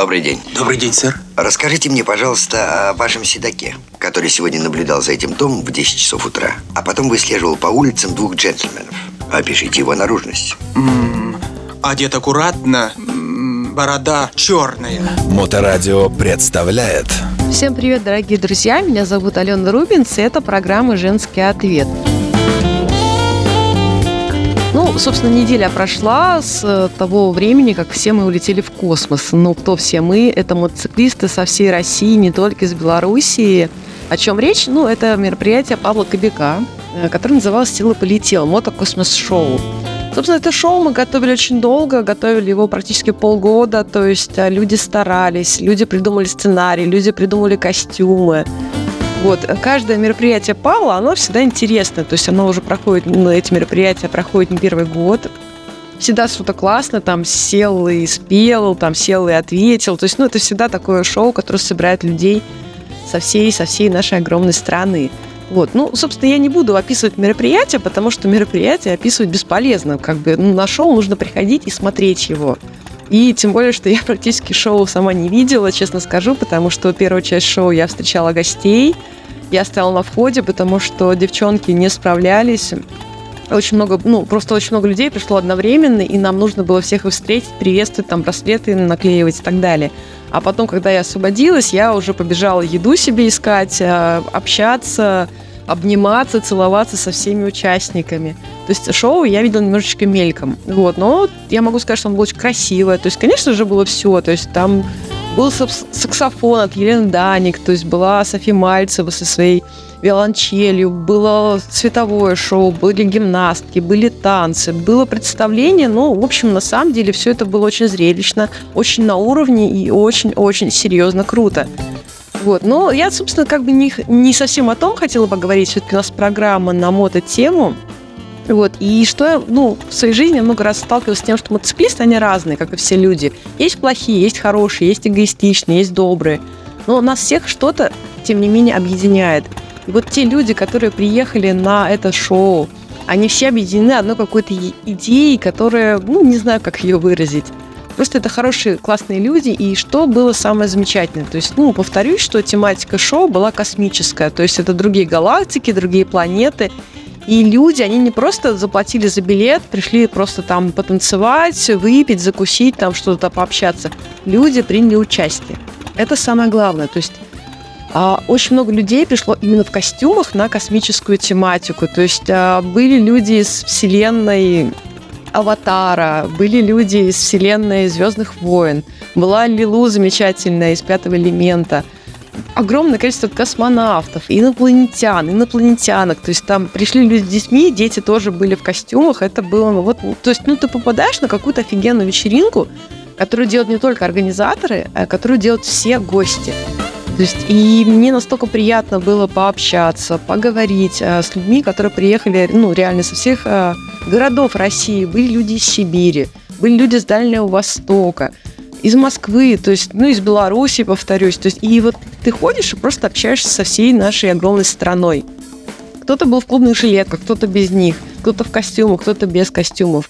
Добрый день. Добрый день, сэр. Расскажите мне, пожалуйста, о вашем седаке, который сегодня наблюдал за этим домом в 10 часов утра, а потом выслеживал по улицам двух джентльменов. Опишите его наружность. Одет аккуратно, борода черная. Моторадио представляет. Всем привет, дорогие друзья, меня зовут Алена Рубинс, и это программа «Женский ответ». Собственно, неделя прошла с того времени, как все мы улетели в космос. Кто все мы? Это мотоциклисты со всей России, не только из Белоруссии. О чем речь? Это мероприятие Павла Кобяка, которое называлось «Сила полетела», мотокосмос-шоу. Собственно, это шоу мы готовили очень долго, готовили его практически полгода, то есть люди старались, люди придумали сценарий, люди придумали костюмы. Каждое мероприятие Павла, оно всегда интересно, то есть оно уже проходит, эти мероприятия проходят не первый год. Всегда что-то классно, там сел и спел, там сел и ответил, то есть это всегда такое шоу, которое собирает людей со всей нашей огромной страны. Собственно, я не буду описывать мероприятие, потому что мероприятие описывать бесполезно. На шоу нужно приходить и смотреть его. И тем более, что я практически шоу сама не видела, честно скажу, потому что первую часть шоу я встречала гостей, я стояла на входе, потому что девчонки не справлялись. Очень много людей пришло одновременно, и нам нужно было всех их встретить, приветствовать, там браслеты наклеивать и так далее. А потом, когда я освободилась, я уже побежала еду себе искать, общаться, обниматься, целоваться со всеми участниками. То есть шоу я видела немножечко мельком. Но я могу сказать, что оно было очень красивое. То есть, конечно же, было все. То есть там был саксофон от Елены Даник, то есть была София Мальцева со своей виолончелью, было световое шоу, были гимнастки, были танцы, было представление. В общем, на самом деле все это было очень зрелищно, очень на уровне и очень-очень серьезно круто. Но я, собственно, не совсем о том хотела поговорить. Все-таки у нас программа на мототему. И что я, в своей жизни много раз сталкивалась с тем, что мотоциклисты, они разные, как и все люди. Есть плохие, есть хорошие, есть эгоистичные, есть добрые. Но нас всех что-то, тем не менее, объединяет. И те люди, которые приехали на это шоу, они все объединены одной какой-то идеей, которая, не знаю, как ее выразить. Просто это хорошие, классные люди, и что было самое замечательное. То есть, повторюсь, что тематика шоу была космическая, то есть это другие галактики, другие планеты. И люди, они не просто заплатили за билет, пришли просто там потанцевать, выпить, закусить, там что-то пообщаться. Люди приняли участие. Это самое главное. То есть очень много людей пришло именно в костюмах на космическую тематику. То есть были люди из вселенной Аватара, были люди из вселенной Звездных войн, была Лилу замечательная из «Пятого элемента». Огромное количество космонавтов, инопланетянок. То есть там пришли люди с детьми, дети тоже были в костюмах. Это было то есть ты попадаешь на какую-то офигенную вечеринку, которую делают не только организаторы, а которую делают все гости. То есть и мне настолько приятно было пообщаться, поговорить с людьми, которые приехали, реально со всех городов России. Были люди из Сибири, были люди с Дальнего Востока, из Москвы, то есть, из Беларуси, повторюсь. То есть, и ты ходишь и просто общаешься со всей нашей огромной страной. Кто-то был в клубных жилетках, кто-то без них, кто-то в костюмах, кто-то без костюмов.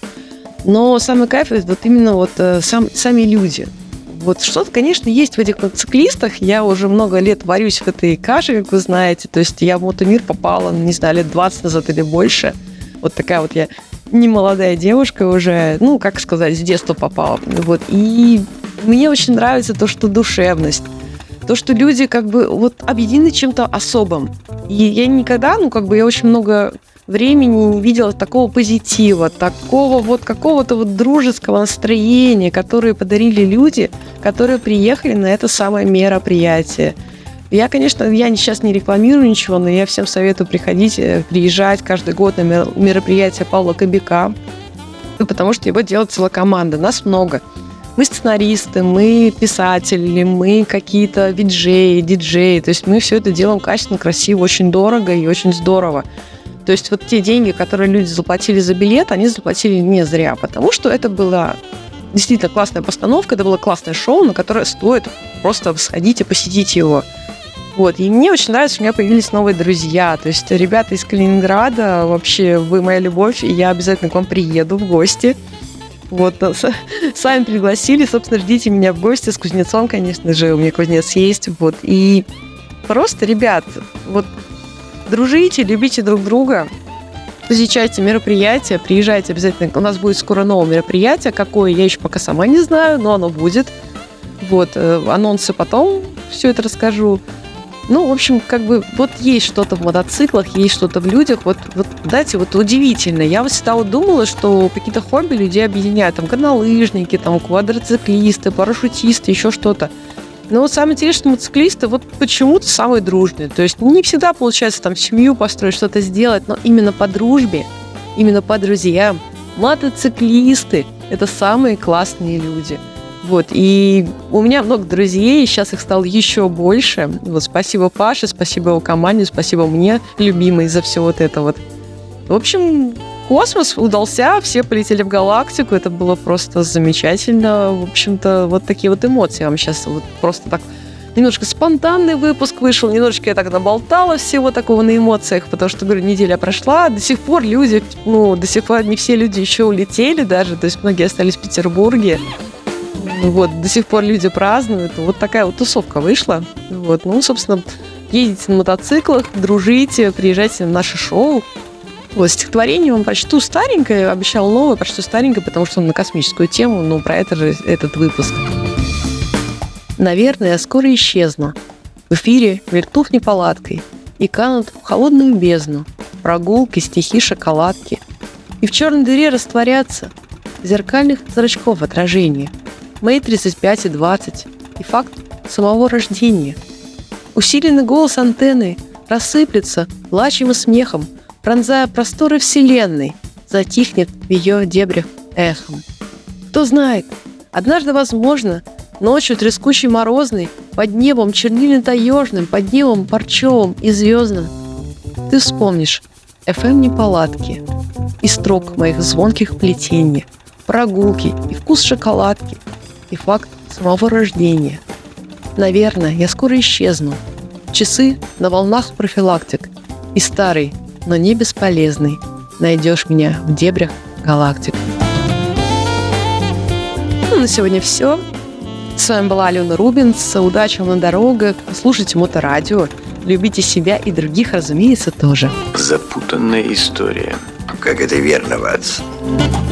Но самый кайф – это именно сами люди. Что-то, конечно, есть в этих мотоциклистах. Я уже много лет варюсь в этой каше, как вы знаете. То есть я в мотомир попала, не знаю, лет 20 назад или больше. Такая я не молодая девушка уже, с детства попала. И мне очень нравится то, что душевность, то, что люди объединены чем-то особым. И я никогда, я очень много времени не видела такого позитива, такого какого-то дружеского настроения, которое подарили люди, которые приехали на это самое мероприятие. Я, конечно, сейчас не рекламирую ничего, но я всем советую приезжать каждый год на мероприятие Павла Кобяка, потому что его делает целая команда, нас много. Мы сценаристы, мы писатели, мы какие-то диджеи, то есть мы все это делаем качественно, красиво, очень дорого и очень здорово. То есть те деньги, которые люди заплатили за билет, они заплатили не зря, потому что это была действительно классная постановка, это было классное шоу, на которое стоит просто сходить и посетить его. И мне очень нравится, что у меня появились новые друзья. То есть ребята из Калининграда, вообще вы моя любовь, и я обязательно к вам приеду в гости. Вот, сами пригласили, собственно, ждите меня в гости с кузнецом, конечно же, у меня кузнец есть, вот, и просто, ребят, вот, дружите, любите друг друга, посещайте мероприятия, приезжайте обязательно, у нас будет скоро новое мероприятие, какое, я еще пока сама не знаю, но оно будет, вот, анонсы потом, все это расскажу. Ну, в общем, как бы вот есть что-то в мотоциклах, есть что-то в людях. Вот знаете, вот удивительно. Я вот всегда вот думала, что какие-то хобби людей объединяют. Там горнолыжники, там квадроциклисты, парашютисты, еще что-то. Но вот самое интересное, что мотоциклисты вот почему-то самые дружные. То есть не всегда получается там семью построить, что-то сделать, но именно по дружбе, именно по друзьям. Мотоциклисты – это самые классные люди. Вот, и у меня много друзей, сейчас их стало еще больше. Вот, спасибо Паше, спасибо его команде, спасибо мне, любимой, за все вот это вот. В общем, космос удался, все полетели в галактику, это было просто замечательно. В общем-то, вот такие вот эмоции. Я вам сейчас вот просто так немножко спонтанный выпуск вышел, немножечко я так наболтала всего такого на эмоциях, потому что, говорю, неделя прошла, до сих пор люди, до сих пор не все люди еще улетели даже, то есть многие остались в Петербурге. Вот, до сих пор люди празднуют. Вот такая вот тусовка вышла. Вот, ну, собственно, ездите на мотоциклах, дружите, приезжайте на наше шоу. Вот, стихотворение вам прочту старенькое, обещал новое, прочту старенькое, потому что он на космическую тему, но про это же этот выпуск. Наверное, я скоро исчезну. В эфире мелькнув неполадкой и канут в холодную бездну прогулки, стихи, шоколадки. И в черной дыре растворятся зеркальных зрачков отражения. Мои 35 и 20, и факт самого рождения. Усиленный голос антенны рассыплется плачем и смехом, пронзая просторы вселенной, затихнет в ее дебрях эхом. Кто знает, однажды, возможно, ночью трескучей морозной, под небом чернильно-таежным, под небом парчевым и звездным, ты вспомнишь FM-неполадки и строк моих звонких плетений, прогулки и вкус шоколадки, и факт самого рождения. Наверное, я скоро исчезну. Часы на волнах профилактик. И старый, но не бесполезный, найдешь меня в дебрях галактик. Ну, на сегодня все. С вами была Алена Рубинс. Удачи вам на дорогах. Слушайте Моторадио. Любите себя и других, разумеется, тоже. Запутанная история. Как это верно, Ватс?